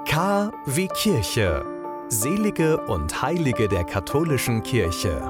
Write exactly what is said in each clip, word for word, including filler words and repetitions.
K wie Kirche. Selige und Heilige der katholischen Kirche.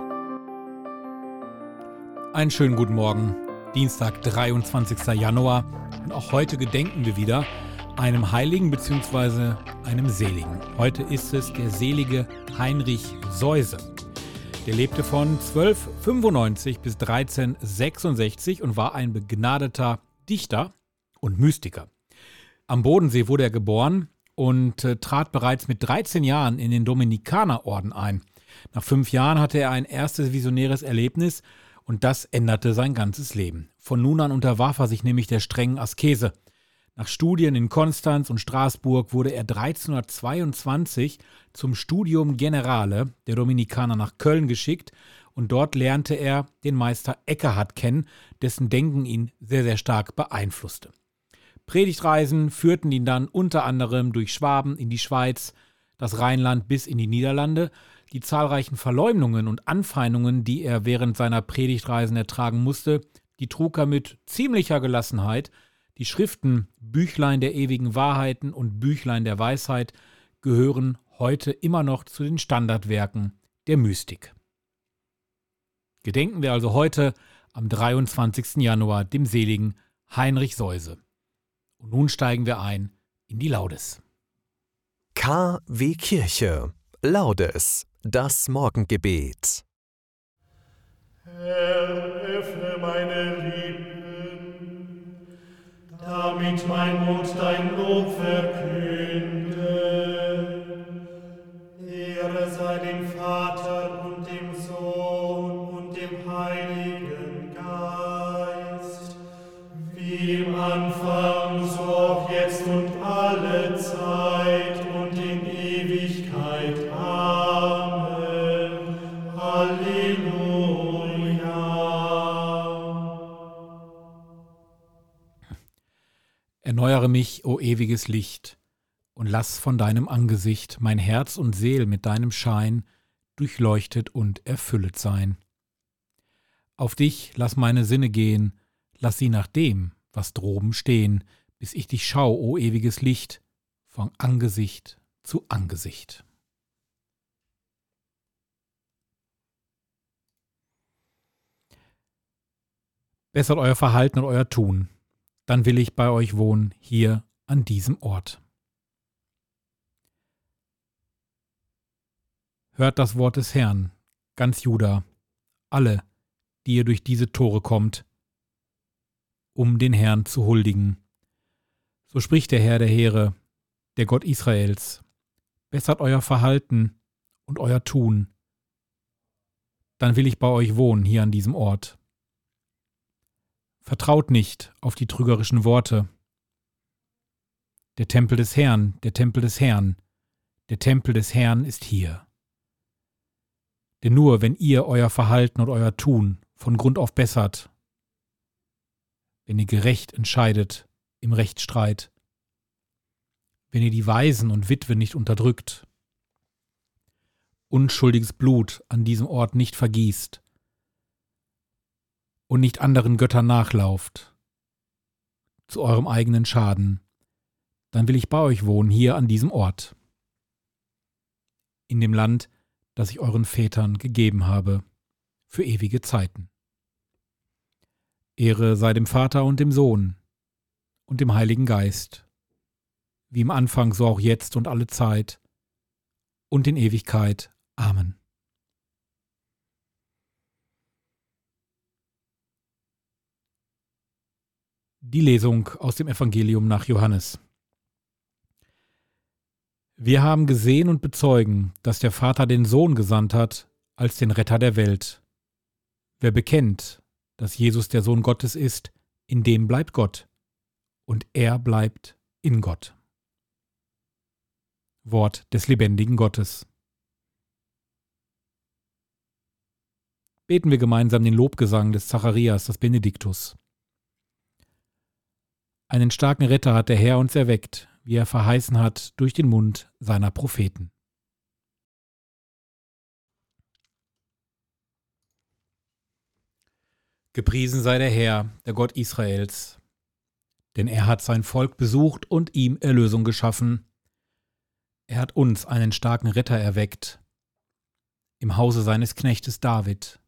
Einen schönen guten Morgen, Dienstag, dreiundzwanzigster Januar. Und auch heute gedenken wir wieder einem Heiligen bzw. einem Seligen. Heute ist es der selige Heinrich Seuse. Der lebte von zwölfhundertfünfundneunzig bis dreizehnhundertsechsundsechzig und war ein begnadeter Dichter und Mystiker. Am Bodensee wurde er geboren und äh, trat bereits mit dreizehn Jahren in den Dominikanerorden ein. Nach fünf Jahren hatte er ein erstes visionäres Erlebnis und das änderte sein ganzes Leben. Von nun an unterwarf er sich nämlich der strengen Askese. Nach Studien in Konstanz und Straßburg wurde er dreizehnhundertzweiundzwanzig zum Studium Generale der Dominikaner nach Köln geschickt und dort lernte er den Meister Eckhard kennen, dessen Denken ihn sehr, sehr stark beeinflusste. Predigtreisen führten ihn dann unter anderem durch Schwaben in die Schweiz, das Rheinland bis in die Niederlande. Die zahlreichen Verleumdungen und Anfeindungen, die er während seiner Predigtreisen ertragen musste, die trug er mit ziemlicher Gelassenheit. Die Schriften Büchlein der ewigen Wahrheiten und Büchlein der Weisheit gehören heute immer noch zu den Standardwerken der Mystik. Gedenken wir also heute am dreiundzwanzigsten Januar dem seligen Heinrich Seuse. Und nun steigen wir ein in die Laudes. K wie Kirche. Laudes, das Morgengebet. Herr, öffne meine Lippen, damit mein Mund dein Lob verkünde. Ehre sei dem Vater und dem Sohn und dem Heiligen Geist, wie im Anfang, so auch jetzt und alle Zeit und in Ewigkeit. Amen. Halleluja. Erneuere mich, o ewiges Licht, und lass von deinem Angesicht mein Herz und Seel mit deinem Schein durchleuchtet und erfüllet sein. Auf dich lass meine Sinne gehen, lass sie nach dem, was droben stehen, bis ich dich schau, o ewiges Licht, von Angesicht zu Angesicht. Bessert euer Verhalten und euer Tun, dann will ich bei euch wohnen, hier an diesem Ort. Hört das Wort des Herrn, ganz Juda, alle, die ihr durch diese Tore kommt, um den Herrn zu huldigen. So spricht der Herr der Heere, der Gott Israels. Bessert euer Verhalten und euer Tun, dann will ich bei euch wohnen hier an diesem Ort. Vertraut nicht auf die trügerischen Worte. Der Tempel des Herrn, der Tempel des Herrn, der Tempel des Herrn ist hier. Denn nur wenn ihr euer Verhalten und euer Tun von Grund auf bessert, wenn ihr gerecht entscheidet im Rechtsstreit, wenn ihr die Waisen und Witwen nicht unterdrückt, unschuldiges Blut an diesem Ort nicht vergießt und nicht anderen Göttern nachlauft, zu eurem eigenen Schaden, dann will ich bei euch wohnen, hier an diesem Ort, in dem Land, das ich euren Vätern gegeben habe, für ewige Zeiten. Ehre sei dem Vater und dem Sohn und dem Heiligen Geist, wie im Anfang, so auch jetzt und alle Zeit und in Ewigkeit. Amen. Die Lesung aus dem Evangelium nach Johannes. Wir haben gesehen und bezeugen, dass der Vater den Sohn gesandt hat als den Retter der Welt. Wer bekennt, dass Jesus der Sohn Gottes ist, in dem bleibt Gott, und er bleibt in Gott. Wort des lebendigen Gottes. Beten wir gemeinsam den Lobgesang des Zacharias, das Benediktus. Einen starken Retter hat der Herr uns erweckt, wie er verheißen hat durch den Mund seiner Propheten. Gepriesen sei der Herr, der Gott Israels, denn er hat sein Volk besucht und ihm Erlösung geschaffen. Er hat uns einen starken Retter erweckt, im Hause seines Knechtes David.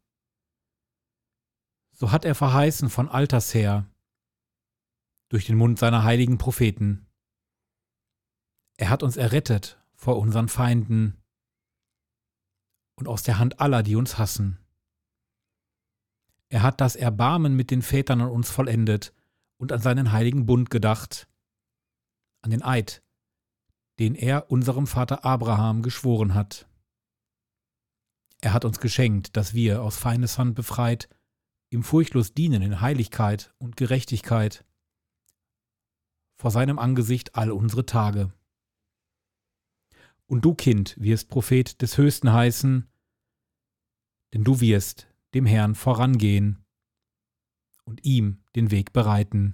So hat er verheißen von alters her, durch den Mund seiner heiligen Propheten. Er hat uns errettet vor unseren Feinden und aus der Hand aller, die uns hassen. Er hat das Erbarmen mit den Vätern an uns vollendet und an seinen heiligen Bund gedacht, an den Eid, den er unserem Vater Abraham geschworen hat. Er hat uns geschenkt, dass wir aus Feindes Hand befreit, ihm furchtlos dienen in Heiligkeit und Gerechtigkeit, vor seinem Angesicht all unsere Tage. Und du, Kind, wirst Prophet des Höchsten heißen, denn du wirst dem Herrn vorangehen und ihm den Weg bereiten.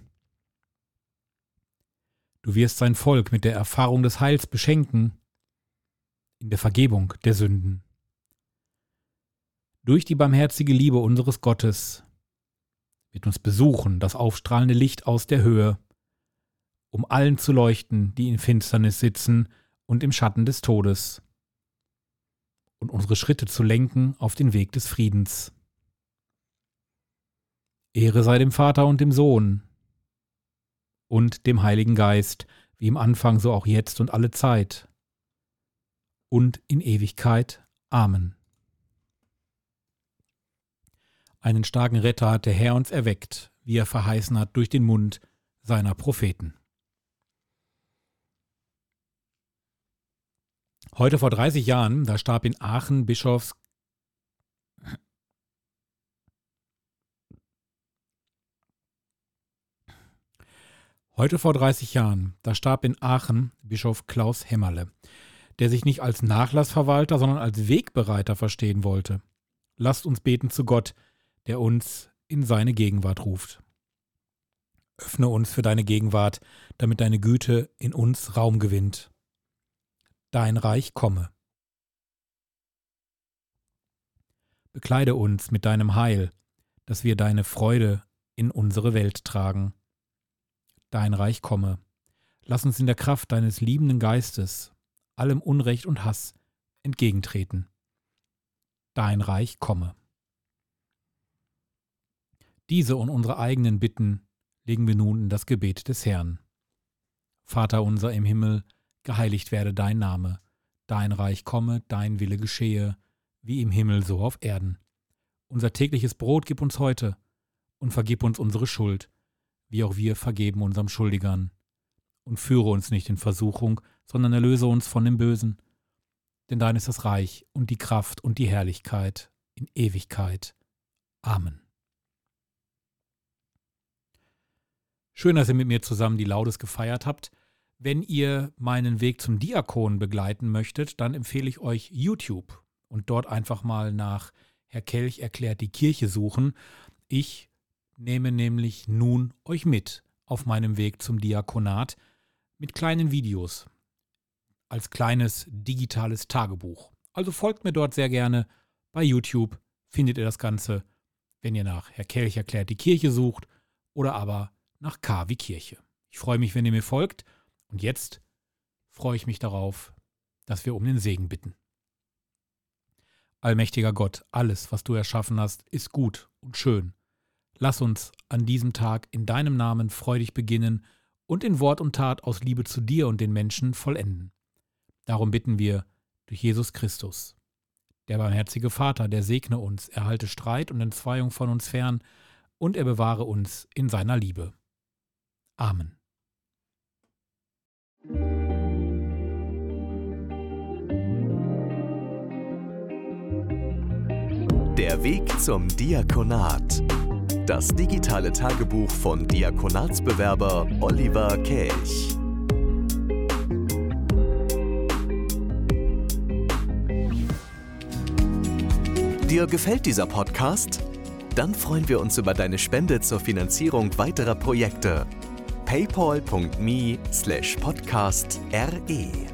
Du wirst sein Volk mit der Erfahrung des Heils beschenken, in der Vergebung der Sünden. Durch die barmherzige Liebe unseres Gottes wird uns besuchen das aufstrahlende Licht aus der Höhe, um allen zu leuchten, die in Finsternis sitzen und im Schatten des Todes, und unsere Schritte zu lenken auf den Weg des Friedens. Ehre sei dem Vater und dem Sohn und dem Heiligen Geist, wie im Anfang, so auch jetzt und alle Zeit und in Ewigkeit. Amen. Einen starken Retter hat der Herr uns erweckt, wie er verheißen hat durch den Mund seiner Propheten. Heute vor dreißig Jahren, da starb in Aachen Bischofs Heute vor dreißig Jahren, da starb in Aachen Bischof Klaus Hämmerle, der sich nicht als Nachlassverwalter, sondern als Wegbereiter verstehen wollte. Lasst uns beten zu Gott, der uns in seine Gegenwart ruft. Öffne uns für deine Gegenwart, damit deine Güte in uns Raum gewinnt. Dein Reich komme. Bekleide uns mit deinem Heil, dass wir deine Freude in unsere Welt tragen. Dein Reich komme. Lass uns in der Kraft deines liebenden Geistes allem Unrecht und Hass entgegentreten. Dein Reich komme. Diese und unsere eigenen Bitten legen wir nun in das Gebet des Herrn. Vater unser im Himmel, geheiligt werde dein Name, dein Reich komme, dein Wille geschehe, wie im Himmel so auf Erden. Unser tägliches Brot gib uns heute und vergib uns unsere Schuld, wie auch wir vergeben unserem Schuldigern. Und führe uns nicht in Versuchung, sondern erlöse uns von dem Bösen. Denn dein ist das Reich und die Kraft und die Herrlichkeit in Ewigkeit. Amen. Schön, dass ihr mit mir zusammen die Laudes gefeiert habt. Wenn ihr meinen Weg zum Diakon begleiten möchtet, dann empfehle ich euch YouTube und dort einfach mal nach Herr Kelch erklärt die Kirche suchen. Ich nehme nämlich nun euch mit auf meinem Weg zum Diakonat mit kleinen Videos als kleines digitales Tagebuch. Also folgt mir dort sehr gerne. Bei YouTube findet ihr das Ganze, wenn ihr nach Herr Kelch erklärt die Kirche sucht oder aber nach K wie Kirche. Ich freue mich, wenn ihr mir folgt. Und jetzt freue ich mich darauf, dass wir um den Segen bitten. Allmächtiger Gott, alles, was du erschaffen hast, ist gut und schön. Lass uns an diesem Tag in deinem Namen freudig beginnen und in Wort und Tat aus Liebe zu dir und den Menschen vollenden. Darum bitten wir durch Jesus Christus. Der barmherzige Vater, der segne uns, er halte Streit und Entzweiung von uns fern und er bewahre uns in seiner Liebe. Amen. Der Weg zum Diakonat. Das digitale Tagebuch von Diakonatsbewerber Oliver Kelch. Dir gefällt dieser Podcast? Dann freuen wir uns über deine Spende zur Finanzierung weiterer Projekte. paypal punkt me slash podcast re